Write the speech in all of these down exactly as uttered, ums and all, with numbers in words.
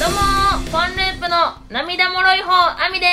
どうもー、ポンループの涙もろい方あみです。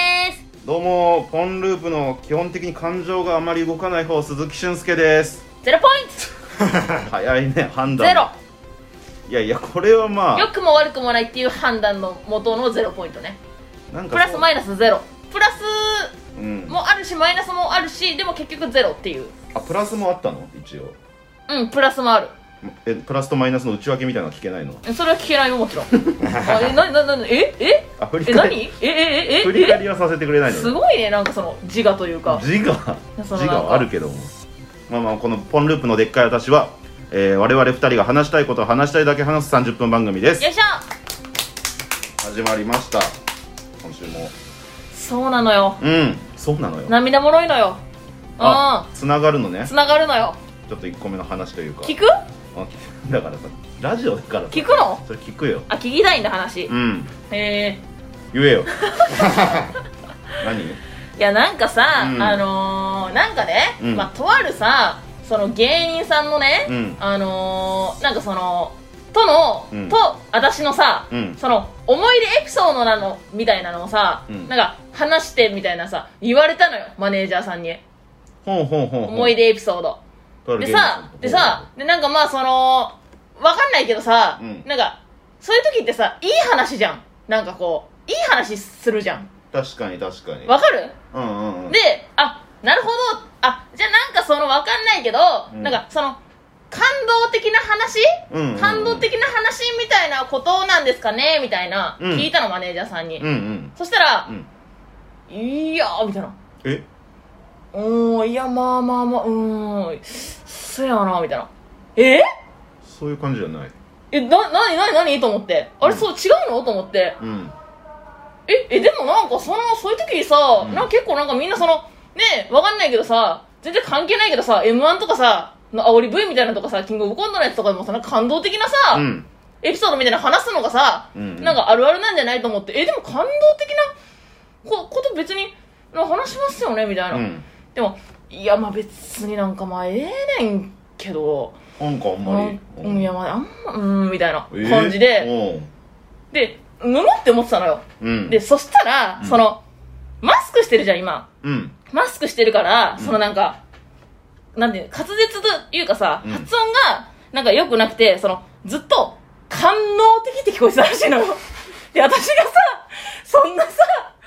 どうもポンループの基本的に感情があまり動かない方鈴木俊介です。 ゼロポイント早いね判断。 ゼロ。 いやいやこれはまあ良くも悪くもないっていう判断の元のゼロポイントね。 なんかプラスマイナスゼロ、プラスうんもあるしマイナスもあるし、でも結局ゼロっていう。 あプラスもあったの一応。 うんプラスもある。 えプラスとマイナスの内訳みたいなの聞けないの？ それは聞けないよもちろん。あえなななええあ振りえ何返りええええ振り返りはさせてくれないの？ すごいね、なんかその自我というか自我その自我はあるけども、まあまあこのポンループのでっかい私は、えー、我々ふたりが話したいことを話したいだけ話すさんじゅっぷん番組です。 よいしょ。 始まりました今週も。 そうなのよ。 うんそうなのよ。 涙もろいのよ。 あつながるのね。 つながるのよ。 ちょっといっこめの話というか聞く？ あだからさラジオだからさ聞くの？ それ聞くよ。 あ、聞きたいんだ話。 うんへえ。 言えよ何？ いやなんかさ、 うんあのー、なんかね、 うんまあとあるさその芸人さんのね、 うんあのー、なんかそのとの、 うんと私のさ、 うんその思い出エピソードなのみたいなのをさ、 うんなんか話してみたいなさ言われたのよマネージャーさんに。 ほんほんほんほん思い出エピソードとあるでさ芸人さんでさでなんかまあそのわかんないけどさ、 うんなんかそういう時ってさいい話じゃん。なんかこういい話するじゃん。 確かに確かにわかる？ うんうんうんで、あ、なるほど、あ、じゃあなんかそのわかんないけど、 うんなんかその感動的な話、 うんうんうん感動的な話みたいなことなんですかねみたいな、 うん聞いたのマネージャーさんに、 うんうんそしたら、 うんいやーみたいな、 えうーんいやまあまあまあうーんそやなみたいな、えそういう感じじゃない。 えななになになにと思って、あれ、 うんそう違うのと思って、 うんええでもなんかそのそういう時にさ、 うんなんか結構なんかみんなそのねわかんないけどさ全然関係ないけどさ エムワン とかさの煽り V みたいなのとかさキングオブコントのやつとかでもさなんか感動的なさ、 うんエピソードみたいなの話すのがさ、 うんうんなんかあるあるなんじゃないと思って、えでも感動的なここと別になんか話しますよねみたいな、 うんでもいやまあ別になんかまあええねんけどなんかあんまりうんいやまああんまうんみたいなえー感じで、でむむって思ってたのよ。 うんでそしたら、 うんそのマスクしてるじゃん今。 うんマスクしてるから、 うんそのなんかなんていう滑舌というかさ、 うん発音がなんか良くなくて、そのずっと官能的って聞こえてたらしいのよ。で私がさそんなさ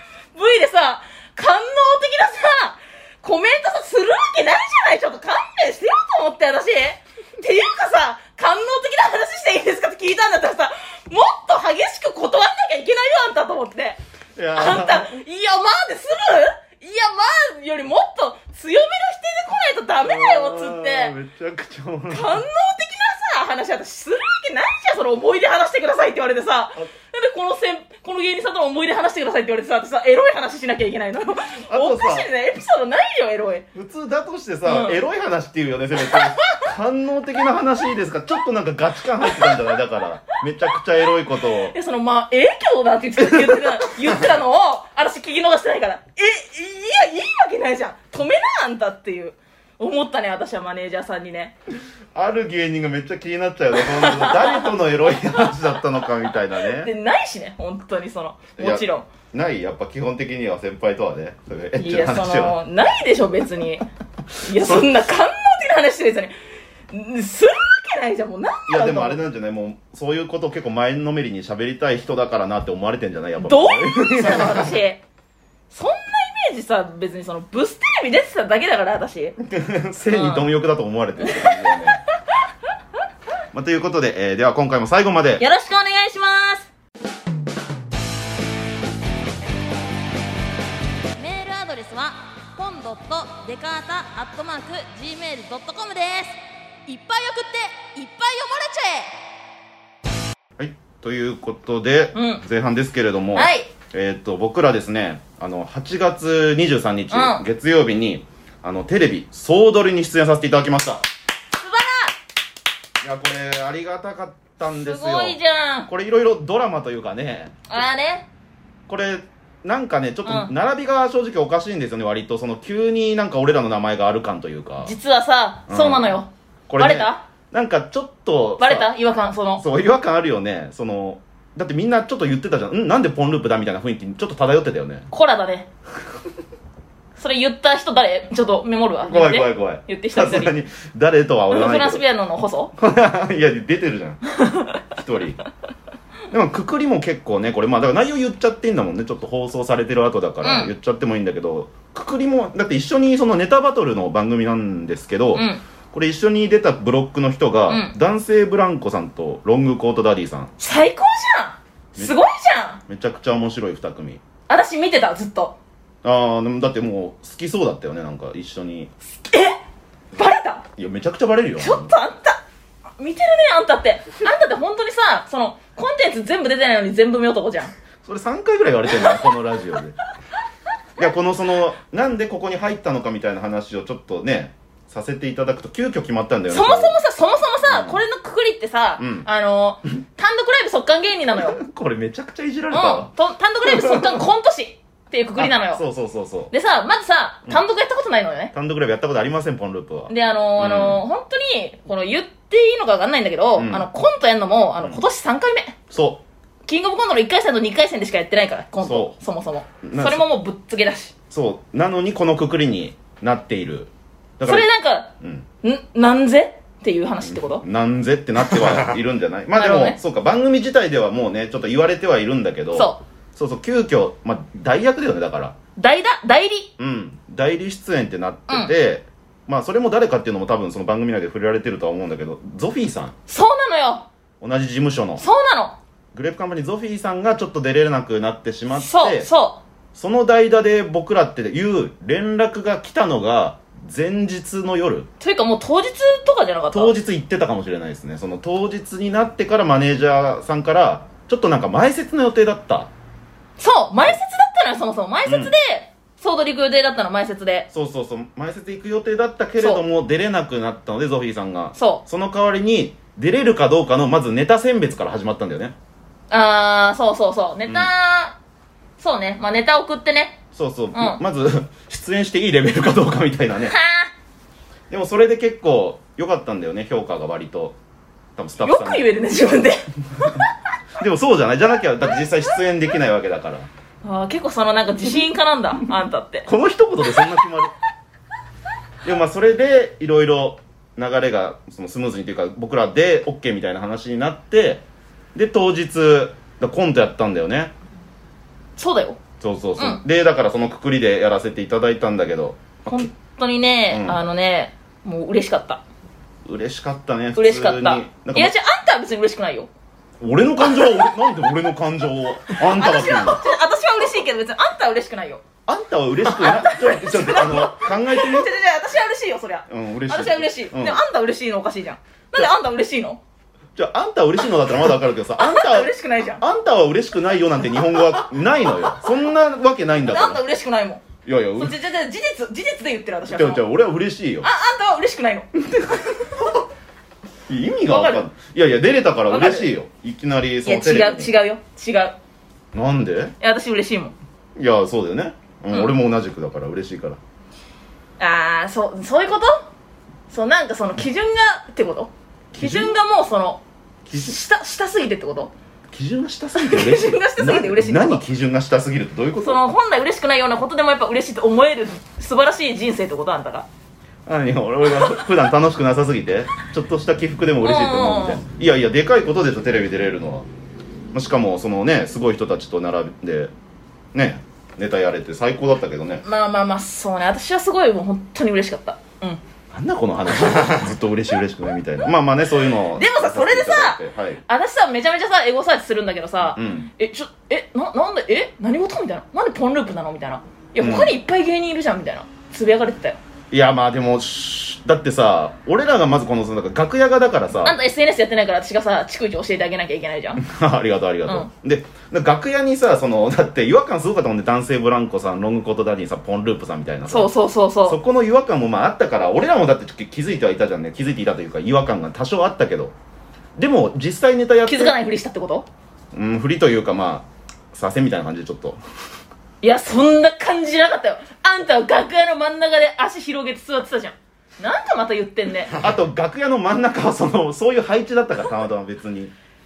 V でさ官能的なさコメントさするわけないじゃない。ちょっと勘弁してよと思って私っていうかさ官能的な話していいですかって聞いたんだったらさもっと激しく断んなきゃいけないよあんたと思って、 いやあんたいやまあでするいやまあよりもっと強めの否定で来ないとダメだよっつってめちゃくちゃおもろい官能的なさ話私するわけないじゃん。その思い出話してくださいって言われてさ、なんでこのせんこの芸人さんとの思い出話してくださいって言われてさ、私さエロい話しなきゃいけないの。 あとさおかしいね、エピソードないよエロい。 普通だとしてさ、 うんエロい話っていうよねせめて官能的な話いいですか。ちょっとなんかガチ感入ってたんじゃない。だからめちゃくちゃエロいことをえそのまあええけどなって言って言ってた言ってたのを私聞き逃してないから、えいやいいわけないじゃん、止めなあんたっていう思ったね私はマネージャーさんにね。 ある芸人がめっちゃ気になっちゃうよね。この誰とのエロい話だったのかみたいなでね。 ないしね本当にそのもちろんないやっぱ基本的には先輩とはねそれエッチいやそな話はのないでしょ別にいやそんな感動的な話して別にするわけないじゃん。もうなんいやでもあれなんじゃない。もうそういうことを結構前のめりに喋りたい人だからなって思われてんじゃない。やっぱどういう人なの私そんなイメージさ別にそのブステレビ出てただけだから私性に貪欲だと思われてるって感じだよねまあ、ということで、えー、では今回も最後までよろしくお願いします。メールアドレスはポンドットデカータアットマーク ジーメールドットコム です。いっぱい送っていっぱい読まれちゃえ。 はいということで、 うん前半ですけれども、 はいえー、と僕らですねあのはちがつにじゅうさんにち、 うん月曜日にあのテレビ総取りに出演させていただきました。 素いやこれありがたかったんですよ。 晴らしいすごいじゃん。 これいろいろドラマというかね、 ああねこれなんかねちょっとうん並びが正直おかしいんですよね。割とその急になんか俺らの名前がある感というか、 実はさ、 うんそうなのよ。 これ、ね、 バレたなんかちょっとバレた違和感そのそう違和感あるよね。そのだってみんなちょっと言ってたじゃん。んなんでポンループだみたいな雰囲気ちょっと漂ってたよね。 コラだね。それ言った人誰？ちょっっとメモるわ。 怖い怖い怖い。 言ってきた人に。 さすがに誰とは言わないけど。 フランスピアノの細いや出てるじゃん一人。でもくくりも結構ねこれまあだから内容言っちゃっていいんだもんね。ちょっと放送されてる後だから言っちゃってもいいんだけど、うん、くくりもだって一緒にそのネタバトルの番組なんですけど、うん、これ一緒に出たブロックの人が、うん、男性ブランコさんとロングコートダディさん。 最高じゃん。すごいじゃん。 めちゃくちゃ面白いに組。 私見てたずっと。 ああでもだってもう好きそうだったよねなんか一緒に。 えバレた？ いやめちゃくちゃバレるよ。 ちょっとあんた見てるねあんたって。あんたって本当にさそのコンテンツ全部出てないのに全部見男じゃん。 それさんかいぐらい言われてるのこのラジオで。いやこのそのなんでここに入ったのかみたいな話をちょっとねさせていただくと急遽決まったんだよね。 そもそもさそもそもさ、うん、これのくくりってさ、うん、あの単独ライブ速乾芸人なのよ。 これめちゃくちゃいじられたわ、 うん、と単独ライブ速乾コント師っていうくくりなのよ。 そうそうそうそう。 でさまずさ単独やったことないのよね、 うん、単独ライブやったことありませんポンループは。 であのー、あのーうん、本当にこの言っていいのか分かんないんだけど、うん、あのコントやんのもあの今年さんかいめ。 そうキングオブコントのいっかい戦とにかい戦でしかやってないからコント そ, そもそもそれももうぶっつけだし。 そうなのにこのくくりになっている。 だからそれなんか、うん、んなんぜっていう話ってこと？ なんぜってなってはいるんじゃないまあでも、ね、そうか番組自体ではもうねちょっと言われてはいるんだけど、そうそうそう急遽まあ代役だよねだから代打代理うん代理出演ってなってて、うん、まあそれも誰かっていうのも多分その番組内で触れられてるとは思うんだけどゾフィーさん。 そうなのよ。 同じ事務所のそうなのグレープカンパニーゾフィーさんがちょっと出れなくなってしまって、 そうそうその代打で僕らっていう連絡が来たのが前日の夜というかもう当日とかじゃなかった？ 当日行ってたかもしれないですね。その当日になってからマネージャーさんからちょっとなんか前説の予定だった。 そう前説だったのよ。そもそも前説で、うん、ソードリ行く予定だったの前説で。 そうそうそう前説行く予定だったけれども出れなくなったのでゾフィーさんがそうその代わりに出れるかどうかのまずネタ選別から始まったんだよね。 ああそうそうそうネタ、うん、そうねまあネタ送ってねそうそう、うん、まず出演していいレベルかどうかみたいなねでもそれで結構良かったんだよね評価が割と多分スタッフさんよく言えるね自分ででもそうじゃないじゃなきゃだって実際出演できないわけだからあ結構そのなんか自信家なんだあんたってこの一言でそんな決まるでもまあそれでいろいろ流れがそのスムーズにというか僕らで OK みたいな話になってで当日だコントやったんだよね。 そうだよそうそうそう、うん、でだからそのくくりでやらせていただいたんだけど本当にね、うん、あのねもう嬉しかった嬉しかったね嬉しかった。いやじゃああんたは別に嬉しくないよ。 俺の感情はなんで俺の感情をあんたが私は私は嬉しいけど別にあんたは嬉しくないよ。 あんたは嬉しくないちょっとちょっとあの考えてみて私は嬉しいよそりゃ、 うん、嬉しい私は嬉しい、うん、でもあんたは嬉しいのおかしいじゃん。なんであんたは嬉しいの？ じゃああんたは嬉しいのだったらまだわかるけどさあんたは嬉しくないじゃん。 あんたは嬉しくないよなんて日本語はないのよそんなわけないんだから。 あんた嬉しくないもん。 いやいやそうじゃじゃじゃ事実事実で言ってる私は。 じゃあじゃあ俺は嬉しいよ。 ああんたは嬉しくないの意味がわかんない。いやいや出れたから嬉しいよいきなりそのテレビに。 いや違う違うよ違う。 なんで？ いや私嬉しいもん。 いやそうだよね、うんうん、俺も同じくだから嬉しいから。 ああそうそういうこと。そうなんかその基準がってこと。基準がもうその下下すぎてってこと。 基準が下すぎて嬉しい。基準が下すぎて嬉しい。 何基準が下すぎるってどういうこと？ その本来嬉しくないようなことでもやっぱ嬉しいと思える素晴らしい人生ってことあんたが。 何俺が普段楽しくなさすぎてちょっとした起伏でも嬉しいと思うみたいな。いやいやでかいことですよテレビ出れるのは。しかもそのねすごい人たちと並んでねネタやれて最高だったけどね。 まあまあまあそうね私はすごいもう本当に嬉しかった。うんなんだこの話ずっと嬉しい嬉しくないみたいなまあまあねそういうのをでもさそれでさ、 はい、 私さめちゃめちゃさエゴサーチするんだけどさ、 うん、 えちょえななんでえ何事みたいななんでポンループなのみたいないや他にいっぱい芸人いるじゃんみたいなつぶやかれてたよ。 いやまあでもだってさ俺らがまずこのそのなんか楽屋がだからさあんた エスエヌエス やってないから私がさ逐一教えてあげなきゃいけないじゃんありがとうありがとう、うん、で楽屋にさそのだって違和感すごかったもんね。男性ブランコさんロングコートダディさんポンループさんみたいなさそうそうそうそうそこの違和感もまああったから俺らもだって気づいてはいたじゃんね。気づいていたというか違和感が多少あったけどでも実際ネタやって気づかないふりしたってこと？ うんふりというかまあさせみたいな感じでちょっといやそんな感じじゃなかったよ。あんたは楽屋の真ん中で足広げて座ってたじゃん。なんかまた言ってんねあと楽屋の真ん中はそのそういう配置だったからたまたま別に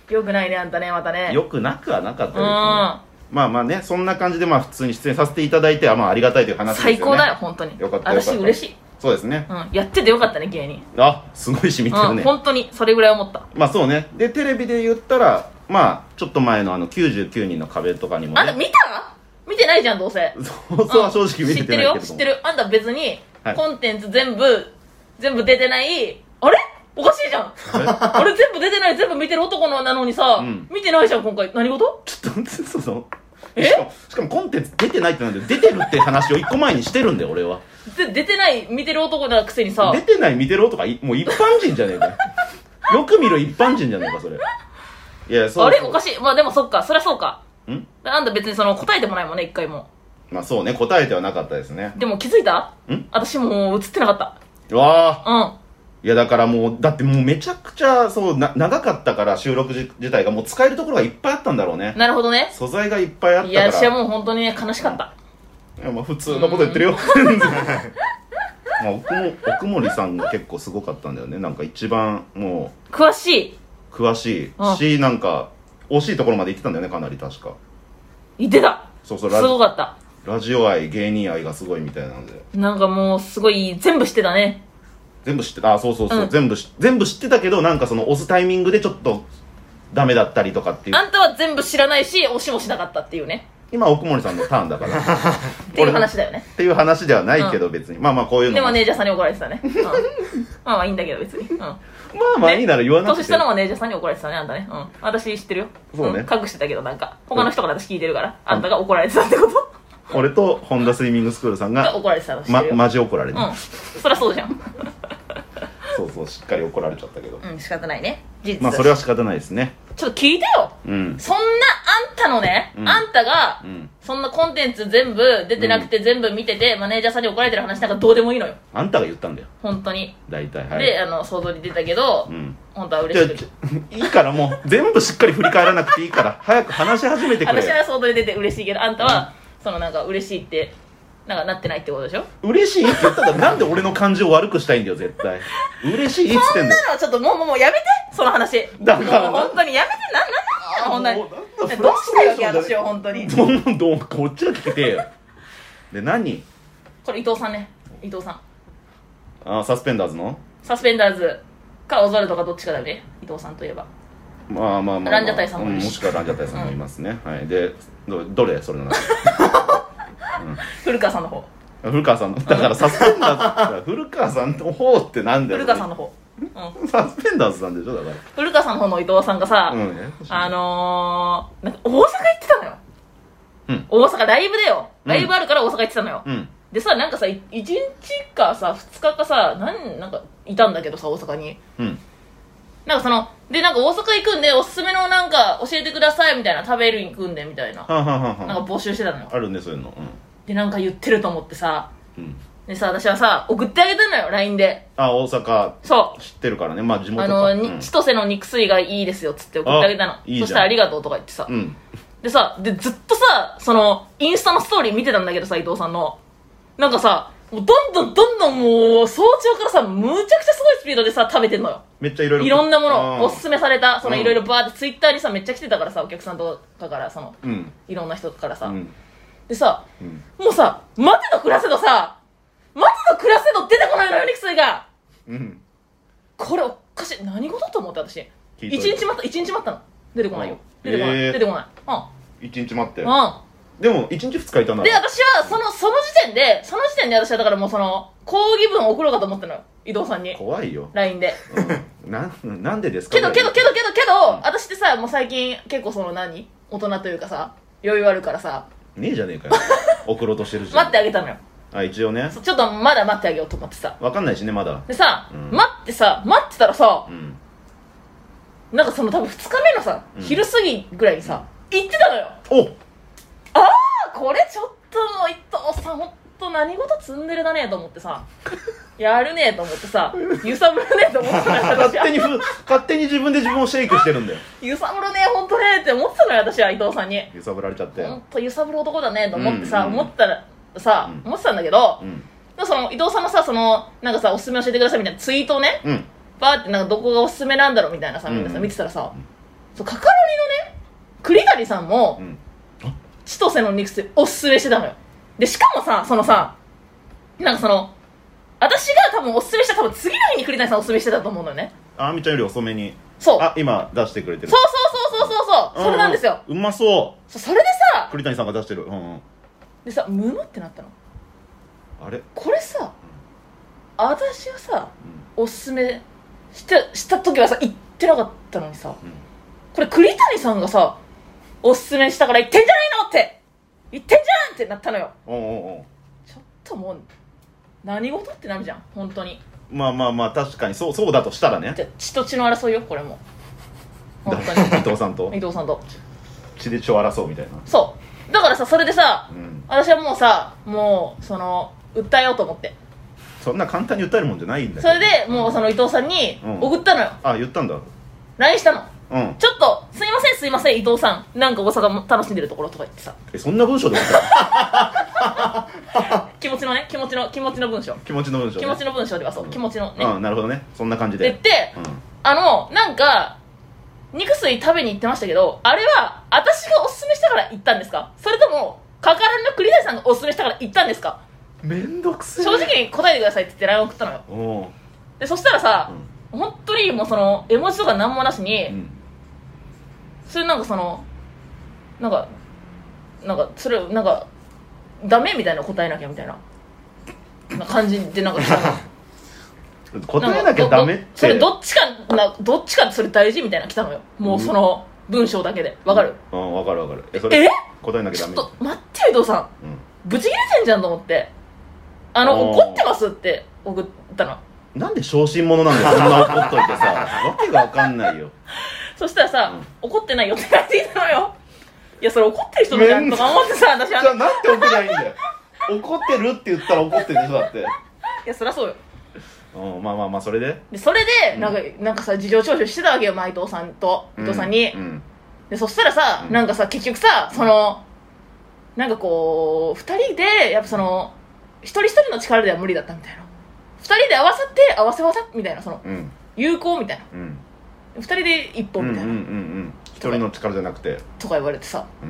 よくないねあんたねまたね。 よくなくはなかったですね。 うんまあまあね、そんな感じでまあ普通に出演させていただいて、まあありがたいという話ですよね。 最高だよ本当に。 よかったよかった。 私嬉しい。 そうですね。 うん、やっててよかったね芸人。 あ、すごい染みてるね。 うん、本当にそれぐらい思った。 まあそうね。でテレビで言ったら、まあちょっと前のあのきゅうじゅうきゅうにんの壁とかにもね。 あんた見た？見てないじゃんどうせ。 そうそうは正直見れてないけれども、 知ってるよ知ってる。あんた別に、 はいコンテンツ全部全部出てない。あれおかしいじゃん。あれ全部出てない全部見てる男のなのにさ、 うん見てないじゃん今回。何事？ ちょっと待って、そうそう。 えしかもしかもコンテンツ出てないってなんで、出てるって話を一個前にしてるんだよ俺は。 で出てない見てる男なくせにさ、 出てない見てるとかいもう一般人じゃねえかよ。よく見る一般人じゃねえかそれ。いや、そうそう。 あれおかしい。まあでもそっかそりゃそうか。 んあんた別にその答えてもないもんね一回も。 まあそうね、答えてはなかったですね。 でも気づいた？ ん私もう映ってなかった。 うわあ。 うん。 いやだからもう、だってもうめちゃくちゃそうな長かったから、収録自自体がもう使えるところがいっぱいあったんだろうね。 なるほどね。 素材がいっぱいあったいから。 や私はもう本当にね悲しかった。 いやまあ普通のこと言ってるよ。まあ奥も奥森さんが結構すごかったんだよね。なんか一番も詳しい。 う詳しいし、なんか惜しいところまで行ってたんだよね、かなり確か。 言ってた。 そうそう、 すごかった。 ラジオ愛、芸人愛がすごいみたいなので。 なんかもうすごい全部知ってたね。 全部知ってた。あ、そうそうそう、 うん全部し全部知ってたけど、なんかその押すタイミングでちょっとダメだったりとかっていう。 あんたは全部知らないし押しもしなかったっていうね今奥森さんのターンだからっていう話だよね。 っていう話ではないけど、別にまあまあこういうのでもネイジャーさんに怒られてたね、うん、まあまあいいんだけど別に、うん、 まあまあいいなら言わなくて。 年下のもネイジャーさんに怒られてたねあんたね、うん、私知ってるよ。 そうねん隠してたけどなんか他の人から私聞いてるから、あんたが怒られてたってこと俺とホンダスイミングスクールさんがが怒られてたの知ってまるよ。 マジ怒られて、 うんそりゃそうじゃんそうそう、しっかり怒られちゃったけど、 うん仕方ないね事実。 まあそれは仕方ないですね。 ちょっと聞いてよ。 うんそんなあんたのね、 うんあんたが、 うんそんなコンテンツ全部出てなくて全部見てて、マネージャーさんに怒られてる話なんかどうでもいいのよあんたが言ったんだよ本当に、 大体。はい。 であの想像に出たけど、 うん本当はじゃあ嬉しくちょいいからもう全部しっかり振り返らなくていいから早く話し始めてくれよ。 私は想像に出て嬉しいけどあんたは、そのなんか嬉しいってなんかなってないってことでしょ。 嬉しいって言ったらなんで俺の感情を悪くしたいんだよ絶対。嬉しいっつってんだよ。 そんなのはちょっともうもうもうやめてその話。 だからもう本当にやめて。なんなんなんなんもう本当にどうしたいわけ私は本当に。 どんどんどんこっちが聞けてよ。で何これ伊藤さんね、伊藤さんあサスペンダーズのサスペンダーズかオズワルドかどっちかだよね伊藤さんといえば。 まあまあまあ、まあ、 ランジャタイさんもいるしうんもしくはランジャタイさんもいますね、はい。でどどれそれの中古川さんの方。 古川さんのだからサスペンダーズ古川さんの方ってなんだよ。 古川さんの方、うん、 サスペンダーズなんでしょだから。 古川さんの方の伊藤さんがさ、 うんややこしいあのー、なんか大阪行ってたのよ、 うん大阪ライブでよ、 うんライブあるから大阪行ってたのよ、 うんでさなんかさい一日かさ二日かさなんなんかいたんだけどさ大阪にうんなんかそのでなんか大阪行くんでおすすめのなんか教えてくださいみたいな、食べるに行くんでみたいな、 はんはんはんはんなんか募集してたのよ。 あるねそういうの。 でなんか言ってると思ってさ、 うんうんでさ私はさ送ってあげたのよ ライン で。 あ大阪そう知ってるからね、まあ地元か。 あの、 うんに千歳の肉水がいいですよっつって送ってあげたの。 あいいじゃんそしたらありがとうとか言ってさ、 うんでさでずっとさそのインスタのストーリー見てたんだけどさ伊藤さんのなんかさもうどんどんどんどんもう早朝からさむちゃくちゃすごいスピードでさ食べてんのよ。 めっちゃいろいろいろんなものあーおすすめされたそのうんいろいろバーってツイッターにさめっちゃ来てたからさお客さんとかからそのうんいろんな人からさ、 うんでさうんもうさ待てど暮らせどさ待てど暮らせど出てこないのよ肉水が。 うんこれおかしい何事と思って私聞いといて一日待った一日待ったの出てこないようん出てこない、 へー出てこない一日待ってうんうんでも一日二日いたなで私はそのその時点でその時点で私はだからもうその抗議文を送ろうかと思ったのよ伊藤さんに怖いよ、 ライン でうん、なんなんでですかけどけどけどけどけど、 うん私ってさもう最近結構その何大人というかさ余裕あるからさねえじゃねえかよ送ろうとしてるし待ってあげたのよ。 あ一応ねそうちょっとまだ待ってあげようと思ってさわかんないしねまだでさ、 うん待ってさ待ってたらさうんなんかその多分ふつかめのさ、 うん昼過ぎぐらいにさ行ってたのよ。 おああこれちょっともう伊藤さんほんと何事ツンデレだねと思ってさやるねと思ってさ揺さぶるねと思ってたのよ勝私は手にふ勝手に自分で自分をシェイクしてるんだよ。 揺さぶるねほんとねって思ってたのよ私は伊藤さんに。 揺さぶられちゃってほんと揺さぶる男だねと思ってさ、 うん思ったらさ、 うん思ってたんだけど、 うんでもその伊藤さんのさそのなんかさおすすめ教えてくださいみたいなツイートをねうんバーってなんかどこがおすすめなんだろうみたいなさみんなさうん見てたらさ、 そうカカロニのね栗谷さんも、 うん、 千歳の肉水おすすめしてたのよ。でしかもさそのさなんかその私が多分おすすめした多分次の日に栗谷さんおすすめしてたと思うのよね。 あみちゃんより遅めに。 そうあ今出してくれてる。 そうそうそうそうそうそう、それなんですよ。 うまそう。 そそれでさ栗谷さんが出してる。うんうんでさムムってなったの。 あれこれさ、うん、私がさ、うん、おすすめしてした時はさ言ってなかったのにさ、うん、これ栗谷さんがさおすすめしたから言ってんじゃないのって言ってんじゃんってなったのよ。 おうおうおうちょっともう何事ってなるじゃん本当に。 まあまあまあ確かにそうそうだとしたらね。 じゃ血と血の争いよこれも本当に伊藤さんと伊藤さんと血で血を争うみたいな。 そうだからさそれでさ、うん、私はもうさもうその訴えようと思って。 そんな簡単に訴えるもんじゃないんだよ。 それでもうその伊藤さんに送ったのよ、 うん、あ言ったんだ。 ライン したの、 うん、 ちょっとすいませんすいません伊藤さんなんか大阪も楽しんでるところとか言ってさ。 えそんな文章で送った気持ちのね気持ちの気持ちの文章気持ちの文章、ね、 気持ちの文章ではそう、うん、気持ちのね。 うんなるほどねそんな感じで言って、うん、あのなんか肉水食べに行ってましたけどあれは私がおすすめしたから行ったんですかそれともカカロニの栗谷さんがおすすめしたから行ったんですか。 めんどくせえ正直に答えてくださいって言って ライン 送ったのよ。 おでそしたらさ、うん、本当にもうその絵文字とか何もなしに、うん、それなんかそのなんかなんかそれなんかダメみたいな答えなきゃみたいなな感じでなんか答えなきゃダメってそれどっちかなどっちかそれ大事みたいな来たのよもうその文章だけでわかる。 うんわかるわかる。えそれえ答えなきゃダメ。 ちょっと待ってよ伊藤さん、うん、ブチ切れてんじゃんと思ってあの怒ってますって送ったの。 なんで小心者なんだよそんな怒っといてさわけがわかんないよ。 そしたらさ、うん、怒ってないよって書いていたのよ。いやそれ怒ってる人じゃんとか思ってさ私はじゃあなんて送りゃいいんだよ怒ってるって言ったら怒ってるでしょだって。いやそりゃそうよ。 うんまあまあまあそれででそれでなんか、うん、なんかさ事情聴取してたわけよ、まあ、伊藤さんと伊藤さんに、うんうん、でそしたらさ、うん、なんかさ結局さそのなんかこうふたりでやっぱその一人一人の力では無理だったみたいなふたりで合わさって合わせ技みたいなその、うん、有効みたいな、うん、ふたりで一本みたいな、うんうんうんうん、 一人の力じゃなくてとか言われてさ、うん、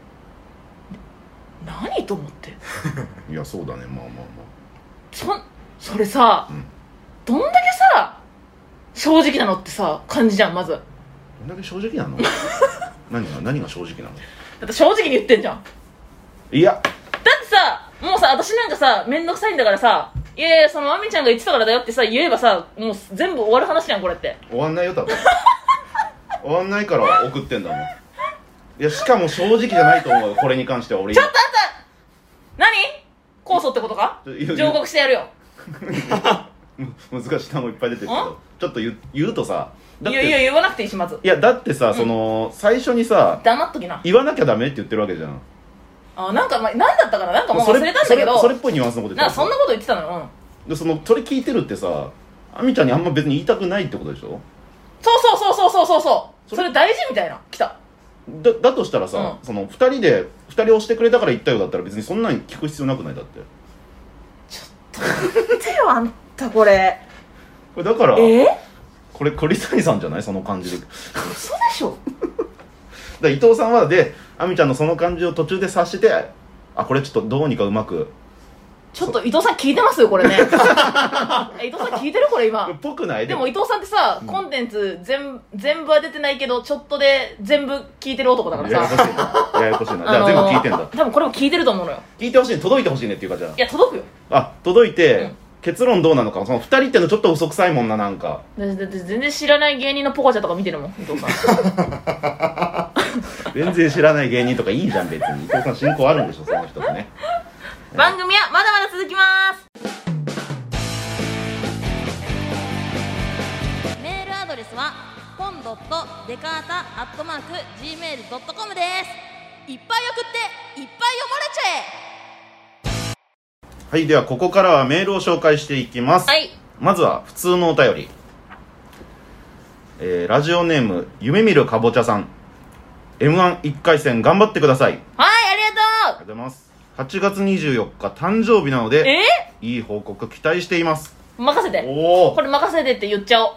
何と思っていやそうだねまあまあまあそ, それさ、うん、どんだけさ正直なのってさ感じじゃん。まずどんだけ正直なの何が何が正直なの。だって正直に言ってんじゃん。 いやだってさもうさ私なんかさめんどくさいんだからさいやいやそのまみちゃんが言ってたからだよってさ言えばさもう全部終わる話じゃんこれって。 終わんないよ多分終わんないから送ってんだもん。いやしかも正直じゃないと思うよこれに関しては俺ちょっとあんた何控訴ってことか上告してやるよ難しい単語いっぱい出てるけどちょっと 言, 言うとさいやいや言わなくていいしまず。 いやだってさ、うん、その最初にさ黙っときな言わなきゃダメって言ってるわけじゃん。 あなんか、ま、何だったかななんかもう忘れたんだけどそ, そ, れそれっぽいニュアンスのこと言ってた。 なんかそんなこと言ってたのよ、 うん、でそのそれ聞いてるってさあみちゃんにあんま別に言いたくないってことでしょ。 そうそうそうそうそうそうそうそれ大事みたいな来ただ, だとしたらさ、うん、そのふたりでふたり押してくれたから言ったよだったら別にそんなに聞く必要なくない。だってちょっと待ってよあんたこれこれだから、 えー、 これ栗谷さんじゃないその感じで嘘でしょだ伊藤さんはであみちゃんのその感じを途中で察してあこれちょっとどうにかうまくちょっと伊藤さん聞いてますよこれね伊藤さん聞いてるこれ今っぽくない。 でも伊藤さんってさ、うん、コンテンツ 全, 全部は出てないけどちょっとで全部聞いてる男だからさややこしいなややこしいなじゃあ全部聞いてんだ。 多分これも聞いてると思うのよ。 聞いてほしい届いてほしいねっていうかじゃあいや届くよ。 あ届いて、うん結論どうなのかそのふたりってのちょっと嘘くさいもんななんかだって全然知らない芸人のポコチャとか見てるもん伊藤さん全然知らない芸人とかいいじゃん別に伊藤さん進行あるんでしょその人とね番組はまだまだ続きますメールアドレスはポンドットデカータアットマーク ジーメールドットコム ですいっぱい送っていっぱい読まれちゃえ。 はい、ではここからはメールを紹介していきます、 はい、 まずは普通のお便り、えー、ラジオネーム夢見るかぼちゃさん エムワンいっ 回戦頑張ってください。 はいありがとうありがとうございます。はちがつにじゅうよっか誕生日なのでえー、 いい報告期待しています。 任せておこれ任せてって言っちゃおう。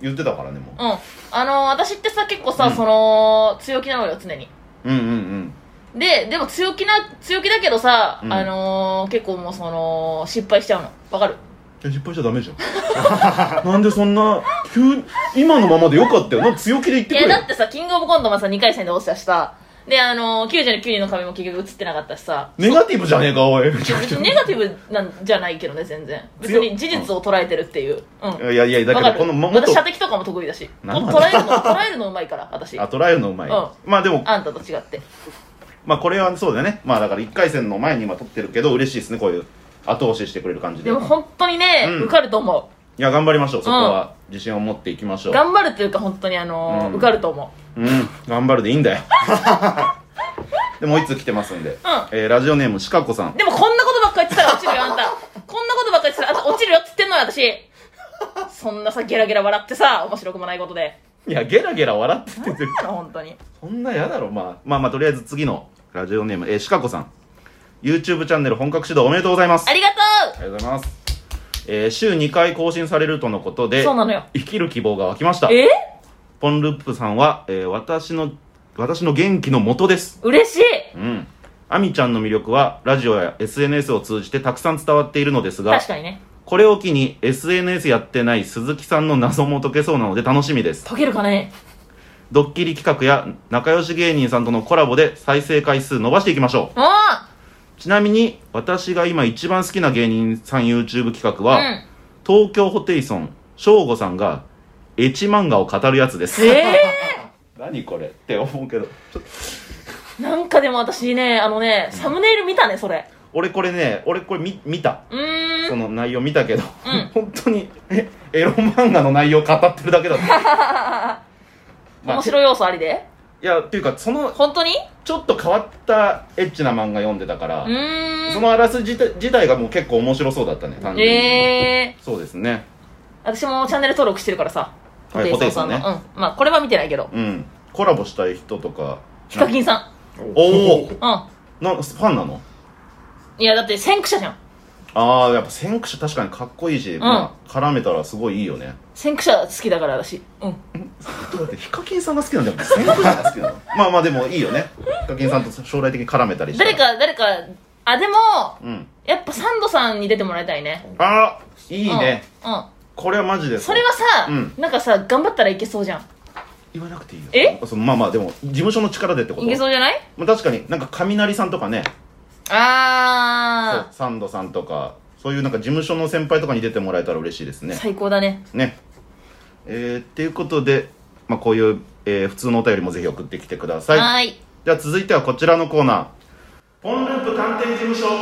言ってたからねもうんあのー、私ってさ結構さ、 うんその強気なのよ常に。 ううんうんででも強気な強気だけどさ、 うんあのー、結構もうその失敗しちゃうのわかる。 いや失敗しちゃダメじゃんなんでそんな急今のままでよかったよなんか強気で言ってくれよいやだってさキングオブコントもさにかい戦で落ちたしさ、であのー、きゅうじゅうきゅうにんの壁も結局映ってなかったしさ、 ネガティブじゃねえかおい別にネガティブなんじゃないけどね全然別に事実を捉えてるっていううんいやいやだけどこのももっと私射的とかも得意だし何捉えるの捉えるのうまいから私あ捉えるのうまい、 うんまあでもあんたと違ってまあこれはそうだよねまあだからいっかい戦の前に今撮ってるけど嬉しいですねこういう後押ししてくれる感じででも本当にね、 うん受かると思いや頑張りましょうそこは自信を持っていきましょうう頑張るというか本当にあのーうん受かると思うん頑張るでいいんだよでもう一通来てますんで、 うんえーラジオネームしかこさんう。でもこんなことばっかり言ってたら落ちるよあんたこんなことばっかり言ってたらあんた落ちるよって言ってんのよ私そんなさゲラゲラ笑ってさ面白くもないことでいやゲラゲラ笑っててなんなの本当にそんな嫌だろ、まあ、まあまあとりあえず次のラジオネーム、えー、しかこさん YouTube チャンネル本格始動おめでとうございますありがとありがとうございます、えー週にかい更新されるとのことうでそうなのよ生きる希望が湧きましたえポンルップさんは、えー私の私の元気の元です嬉しいうんアミちゃんの魅力はラジオや エスエヌエス を通じてたくさん伝わっているのですが確かにねこれを機に エスエヌエス やってない鈴木さんの謎も解けそうなので楽しみです解けるかねドッキリ企画や仲良し芸人さんとのコラボで再生回数伸ばしていきましょうあちなみに私が今一番好きな芸人さん YouTube 企画あは、東京ホテイソン翔吾さんがエチ漫画を語るやつですうんえ何これって思うけどちょっとー、なんかでも私ねあのねサムネイル見たねそれ俺これね俺これ見見たうーんその内容見たけど、 うん本当にえエロ漫画の内容語ってるだけだったまあ面白い要素ありでいやっていうかその本当にちょっと変わったエッチな漫画読んでたからうーんそのあらすじ自体自体がもう結構面白そうだったね単純に、 えそうですねー、私もチャンネル登録してるからさはいホテイソンさんのホテイうんまあこれは見てないけどうんコラボしたい人とかヒカキンさおおんうんなファンなのいやだって先駆者じゃんああやっぱ先駆者確かにかっこいいし、まあ、絡めたらすごいいいよね先駆者好きだから私うんだってヒカキンさんが好きなんだよ先駆者が好きなのまあまあでもいいよねヒカキンさんと将来的に絡めたりしたら誰か誰かあでもうんやっぱサンドさんに出てもらいたいねあーいいね、 うん、うん、 これはマジですそれはさ、 うんなんかさ頑張ったらいけそうじゃん言わなくていいよえそのまあまあでも事務所の力でってこといけそうじゃないまあ、確かになんか雷さんとかねあそうサンドさんとかそういうなんか事務所の先輩とかに出てもらえたら嬉しいですーね最高だねねえー、っていうことで、まあ、こういう、えー普通のお便りもぜひ送ってきてくださいはーいじゃあ続いてはこちらのコーナーポンループ探偵事務所、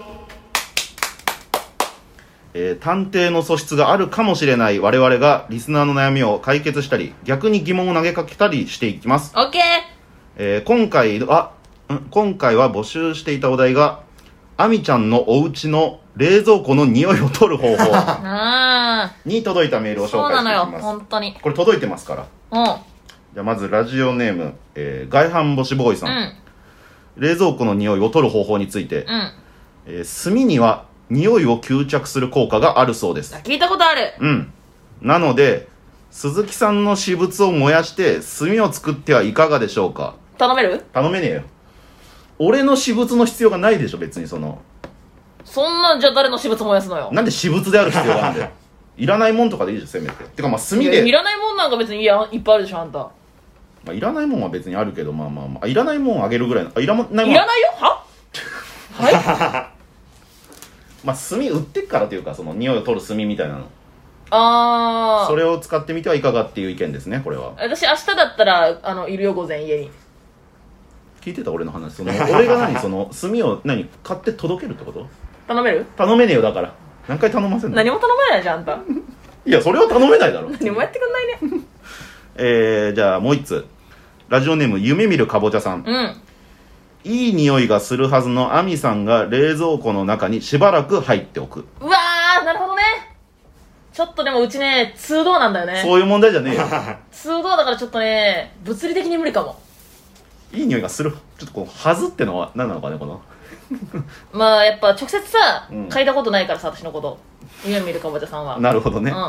えー探偵の素質があるかもしれない我々がリスナーの悩みを解決したり逆に疑問を投げかけたりしていきます、 オッケーえー今回あん今回は募集していたお題がアミちゃんのお家の冷蔵庫の匂いを取る方法あに届いたメールあを紹介そうなのよしていきます本当にこれ届いてますからうんじゃあまずラジオネーム、えー外反母趾ボーイさん、 うん冷蔵庫の匂いを取る方法について、 うんえー炭には匂いを吸着する効果があるそうです聞いたことあるうんなので鈴木さんの私物を燃やして炭を作ってはいかがでしょうか頼める頼めねえよ俺の私物の必要がないでしょ別にそのそんなんじゃ誰の私物燃やすのよなんで私物である必要があるんだよいらないもんとかでいいじゃんせめててかまあ炭いやでいらないもんなんか別にいやいっぱいあるでしょあんたまあ、いらないもんは別にあるけどまあまあまあいらないもんあげるぐらいのあいらないもんいらないよははいまあ炭売ってっからというかその匂いを取る炭みたいなのああそれを使ってみてはいかがっていう意見ですねこれは私明日だったらあのいるよ午前家に聞いてた俺の話その俺が何その炭を何買って届けるってこと頼める頼めねえよだから何回頼ませんの何も頼めないじゃんあんたいやそれは頼めないだろ何もやってくんないねえー、じゃあもう一つラジオネーム夢見るかぼちゃさんうんいい匂いがするはずのアミさんが冷蔵庫の中にしばらく入っておくうわーなるほどねちょっとでもうちね通道なんだよねそういう問題じゃねえよ通道だからちょっとね物理的に無理かもいい匂いがするちょっとこうはずってのは何なのかねこのまあやっぱ直接さ、 うん嗅いだことないからさ私のこと夢見るかぼちゃさんはなるほどね、 うん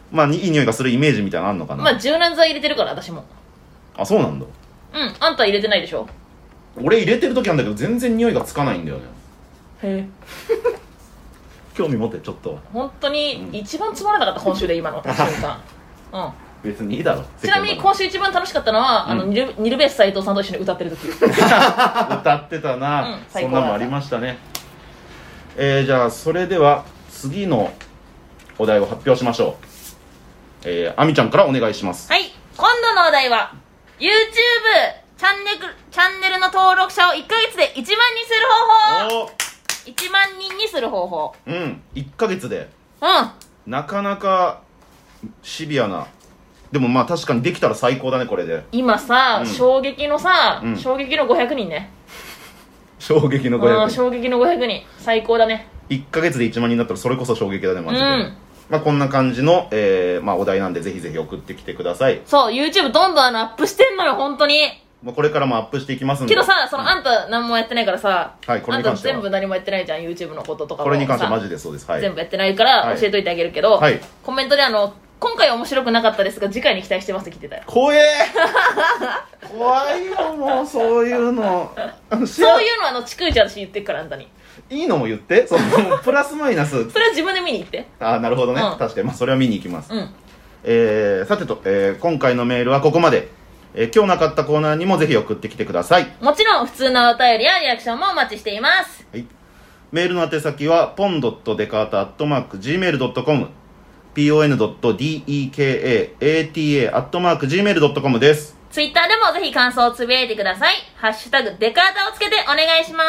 まあいい匂いがするイメージみたいなのあんのかな。 まあ柔軟剤入れてるから私も。 あ、そうなんだ。 うんあんた入れてないでしょ。 俺入れてる時あるんだけど全然匂いがつかないんだよね。 へえ興味持ってちょっと。 本当に一番つまらなかった今週で今の瞬間うん別にいいだろ。 ちなみに今週一番楽しかったのは、うん、あのニルニルベース斉藤さんと一緒に歌ってる時歌ってたな、うん、そんなのもありましたね。えー、じゃあそれでは次のお題を発表しましょう。えー、あみちゃんからお願いします。 はい、今度のお題は YouTube チャンネルチャンネルの登録者をいっかげつでいちまんにする方法。いちまんにんにする方法。 うん、いっかげつで。 うん、 なかなかシビアな。でもまあ確かにできたら最高だねこれで。 今さ、うん、衝撃のさ、うん、衝撃のごひゃくにんね。 衝撃のごひゃくにん。 衝撃のごひゃくにん最高だね。 いっかげつでいちまんにんになったらそれこそ衝撃だねマジで。うん、まあこんな感じの、えーまあ、お題なんでぜひぜひ送ってきてください。 そう YouTube どんどんあのアップしてんのよ本当に。 もうこれからもアップしていきますんで。 けどさその、うん、あんた何もやってないからさ、 はい、これに関してはあんた全部何もやってないじゃん YouTube のこととかも。 これに関してはマジでそうです、はい、 全部やってないから教えといてあげるけど、はい、コメントであの今回は面白くなかったですが次回に期待してますって来てたよ。 怖え怖いよもうそういうのそういうのはあの逐一私言ってっからあんたにいいのも言ってそのプラスマイナスそれは自分で見に行って。 ああなるほどね、うん、確かにまあそれは見に行きます、 うんえー、さてと、えー、今回のメールはここまで、えー、今日なかったコーナーにもぜひ送ってきてください。 もちろん普通のお便りやリアクションもお待ちしています、 はい、メールの宛先は ポンドットデカータ アットマークジーメールドットコム ポンドットデカータ アットマークジーメールドットコム です。 ツイッターでもぜひ感想をつぶやいてください。ハッシュタグデカータをつけてお願いします。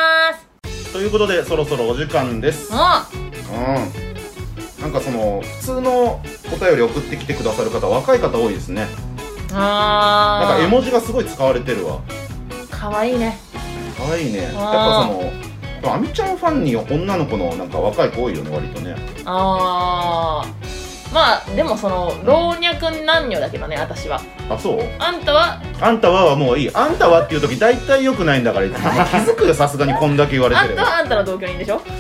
ということでそろそろお時間です。 うんなんかその普通のお便り送ってきてくださる方若い方多いですね。 あなんか絵文字がすごい使われてるわ。 かわいいね。 かわいいね。やっぱそのあみちゃんファンに女の子のなんか若い子多いよね割とね。 ああまあでもその老若男女だけどね私は。 あそう。 あんたはあんたははもういい。あんたはっていう時大体良くないんだから気づくよさすがにこんだけ言われてる。 あんたはあんたの同居人でしょ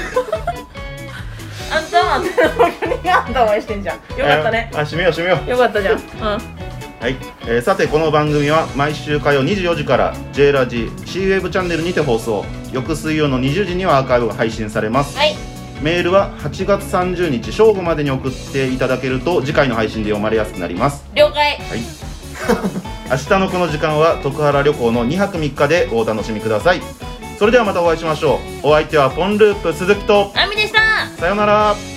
あんたはあんたの同居人があんたを応援してんじゃん。よかったね。 あ閉めよう閉めよう。 よかったじゃん。うんはい、えー、さてこの番組は毎週火曜にじよじから J ラジ シーウェーブチャンネルにて放送。翌水曜のにじゅうじにはアーカイブが配信されます。 はい、 メールははちがつさんじゅうにち正午までに送っていただけると次回の配信で読まれやすくなります。 了解。 はい明日のこの時間は徳原旅行のにはくみっかでお楽しみください。それではまたお会いしましょう。お相手はポンループ鈴木とあみでした。 さよなら。